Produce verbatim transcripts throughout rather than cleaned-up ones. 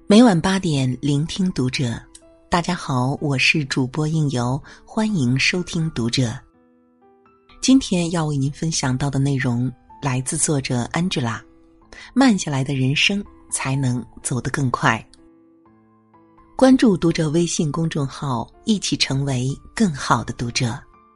每晚八点，聆听读者。大家好，我是主播应由，欢迎收听读者。今天要为您分享到的内容来自作者 Angela。 慢下来的人生才能走得更快。关注读者微信公众号，一起成为更好的读者。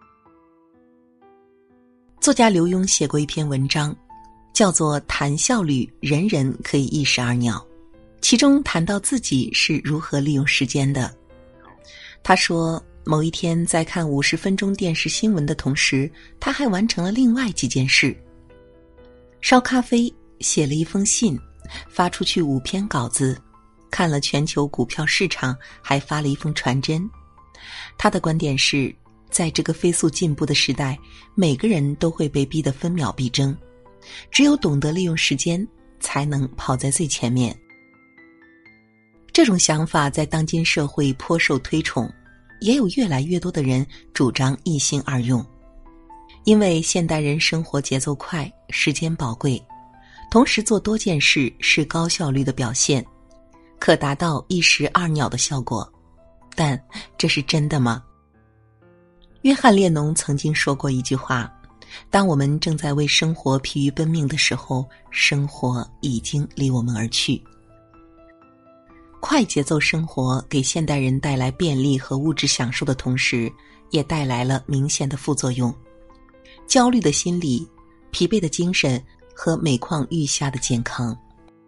作家刘墉写过一篇文章，叫做谈效率，人人可以一石二鸟。其中谈到自己是如何利用时间的。他说，某一天在看五十分钟电视新闻的同时，他还完成了另外几件事：烧咖啡，写了一封信，发出去五篇稿子，看了全球股票市场，还发了一封传真。他的观点是，在这个飞速进步的时代，每个人都会被逼得分秒必争，只有懂得利用时间，才能跑在最前面。这种想法在当今社会颇受推崇，也有越来越多的人主张一心二用。因为现代人生活节奏快，时间宝贵，同时做多件事是高效率的表现，可达到一石二鸟的效果。但这是真的吗？约翰列侬曾经说过一句话，当我们正在为生活疲于奔命的时候，生活已经离我们而去。快节奏生活给现代人带来便利和物质享受的同时，也带来了明显的副作用：焦虑的心理、疲惫的精神和每况愈下的健康。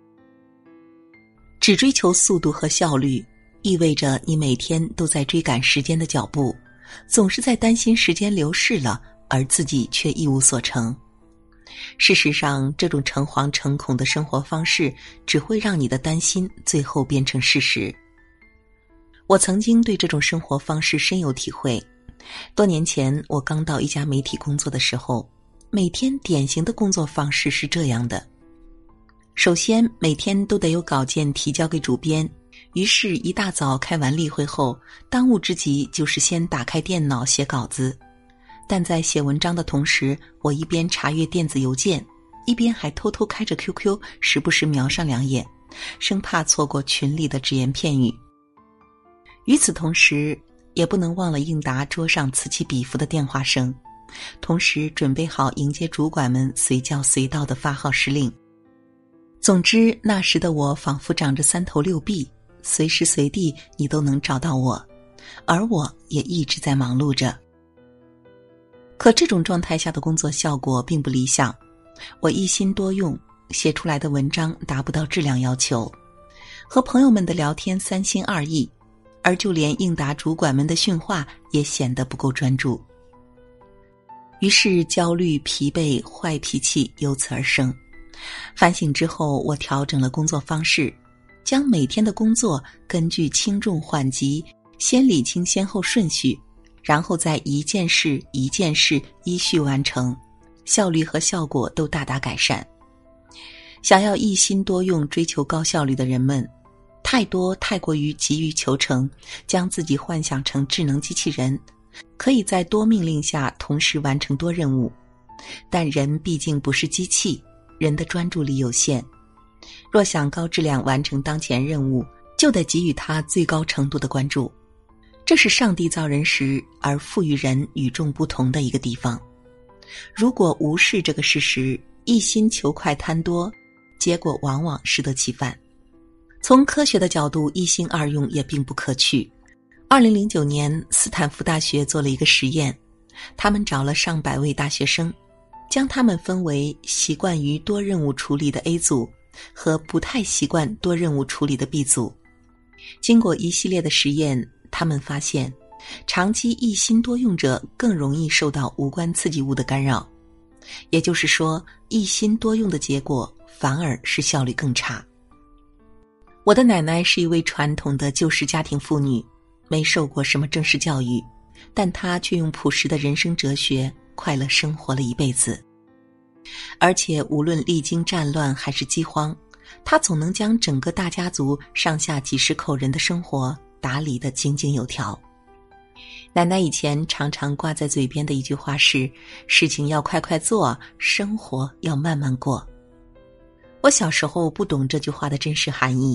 只追求速度和效率，意味着你每天都在追赶时间的脚步，总是在担心时间流逝了，而自己却一无所成。事实上，这种诚惶诚恐的生活方式只会让你的担心最后变成事实。我曾经对这种生活方式深有体会。多年前，我刚到一家媒体工作的时候，每天典型的工作方式是这样的：首先，每天都得有稿件提交给主编，于是一大早开完例会后，当务之急就是先打开电脑写稿子。但在写文章的同时，我一边查阅电子邮件，一边还偷偷开着 Q Q， 时不时瞄上两眼，生怕错过群里的只言片语。与此同时，也不能忘了应答桌上此起彼伏的电话声，同时准备好迎接主管们随叫随到的发号施令。总之，那时的我仿佛长着三头六臂，随时随地你都能找到我，而我也一直在忙碌着。可这种状态下的工作效果并不理想，我一心多用，写出来的文章达不到质量要求，和朋友们的聊天三心二意，而就连应答主管们的训话也显得不够专注。于是焦虑、疲惫、坏脾气由此而生。反省之后，我调整了工作方式，将每天的工作根据轻重缓急先理清先后顺序，然后再一件事一件事依序完成，效率和效果都大大改善。想要一心多用、追求高效率的人们，太多太过于急于求成，将自己幻想成智能机器人，可以在多命令下同时完成多任务。但人毕竟不是机器，人的专注力有限，若想高质量完成当前任务，就得给予他最高程度的关注。这是上帝造人时而赋予人与众不同的一个地方。如果无视这个事实，一心求快贪多，结果往往适得其反。从科学的角度，一心二用也并不可取。二零零九年，斯坦福大学做了一个实验，他们找了上百位大学生，将他们分为习惯于多任务处理的 A 组和不太习惯多任务处理的 B 组。经过一系列的实验，他们发现，长期一心多用者更容易受到无关刺激物的干扰，也就是说，一心多用的结果反而是效率更差。我的奶奶是一位传统的旧式家庭妇女，没受过什么正式教育，但她却用朴实的人生哲学快乐生活了一辈子。而且无论历经战乱还是饥荒，她总能将整个大家族上下几十口人的生活打理得井井有条。奶奶以前常常挂在嘴边的一句话是：事情要快快做，生活要慢慢过。我小时候不懂这句话的真实含义，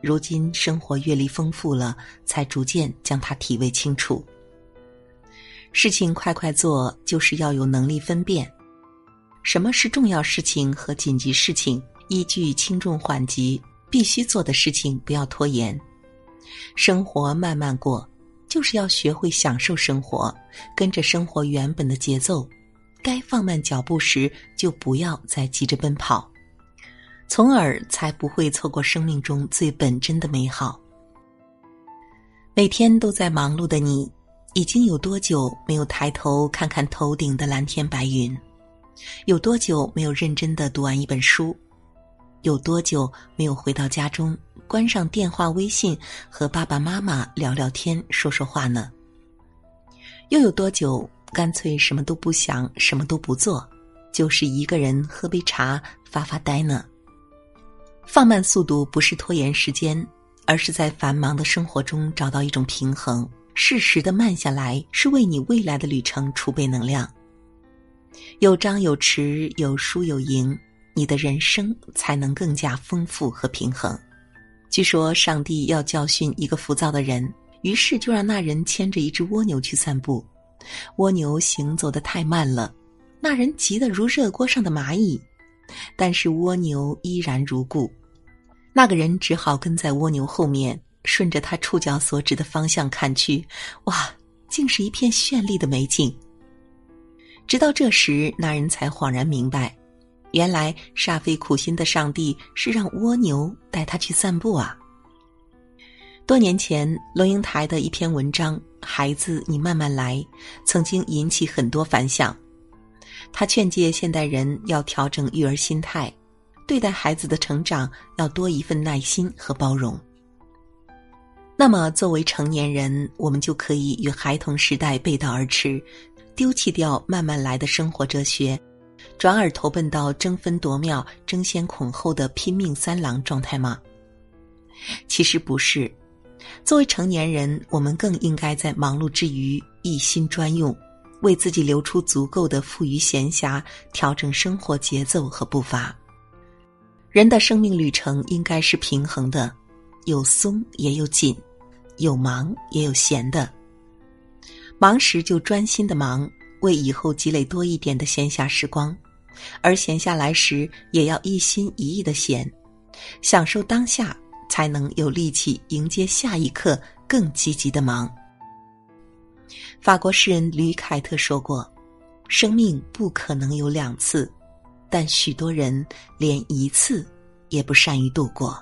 如今生活阅历丰富了，才逐渐将它体味清楚。事情快快做，就是要有能力分辨什么是重要事情和紧急事情，依据轻重缓急，必须做的事情不要拖延。生活慢慢过，就是要学会享受生活，跟着生活原本的节奏，该放慢脚步时就不要再急着奔跑，从而才不会错过生命中最本真的美好。每天都在忙碌的你，已经有多久没有抬头看看头顶的蓝天白云？有多久没有认真地读完一本书？有多久没有回到家中，关上电话微信，和爸爸妈妈聊聊天说说话呢？又有多久干脆什么都不想，什么都不做，就是一个人喝杯茶发发呆呢？放慢速度不是拖延时间，而是在繁忙的生活中找到一种平衡，适时的慢下来，是为你未来的旅程储备能量。有张有弛，有输有赢，你的人生才能更加丰富和平衡。据说上帝要教训一个浮躁的人，于是就让那人牵着一只蜗牛去散步。蜗牛行走得太慢了，那人急得如热锅上的蚂蚁，但是蜗牛依然如故。那个人只好跟在蜗牛后面，顺着他触角所指的方向看去，哇，竟是一片绚丽的美景。直到这时，那人才恍然明白，原来煞费苦心的上帝是让蜗牛带他去散步啊。多年前，龙应台的一篇文章《孩子，你慢慢来》曾经引起很多反响。他劝诫现代人要调整育儿心态，对待孩子的成长要多一份耐心和包容。那么作为成年人，我们就可以与孩童时代背道而驰，丢弃掉慢慢来的生活哲学，转而投奔到争分夺秒、争先恐后的拼命三郎状态吗？其实不是。作为成年人，我们更应该在忙碌之余一心专用，为自己留出足够的富余闲暇，调整生活节奏和步伐。人的生命旅程应该是平衡的，有松也有紧，有忙也有闲的。忙时就专心的忙，为以后积累多一点的闲暇时光，而闲下来时也要一心一意的闲，享受当下，才能有力气迎接下一刻更积极的忙。法国诗人吕凯特说过，生命不可能有两次，但许多人连一次也不善于度过。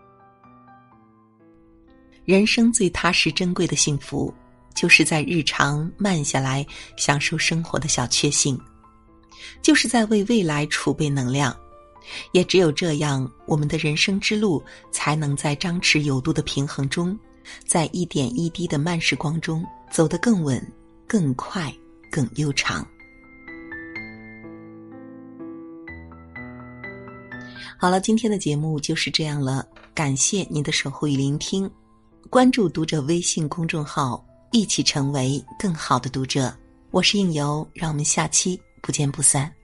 人生最踏实珍贵的幸福，就是在日常慢下来享受生活的小确幸，就是在为未来储备能量。也只有这样，我们的人生之路才能在张弛有度的平衡中，在一点一滴的慢时光中走得更稳、更快、更悠长。好了，今天的节目就是这样了，感谢您的守候与聆听。关注读者微信公众号，一起成为更好的读者。我是应由，让我们下期不见不散。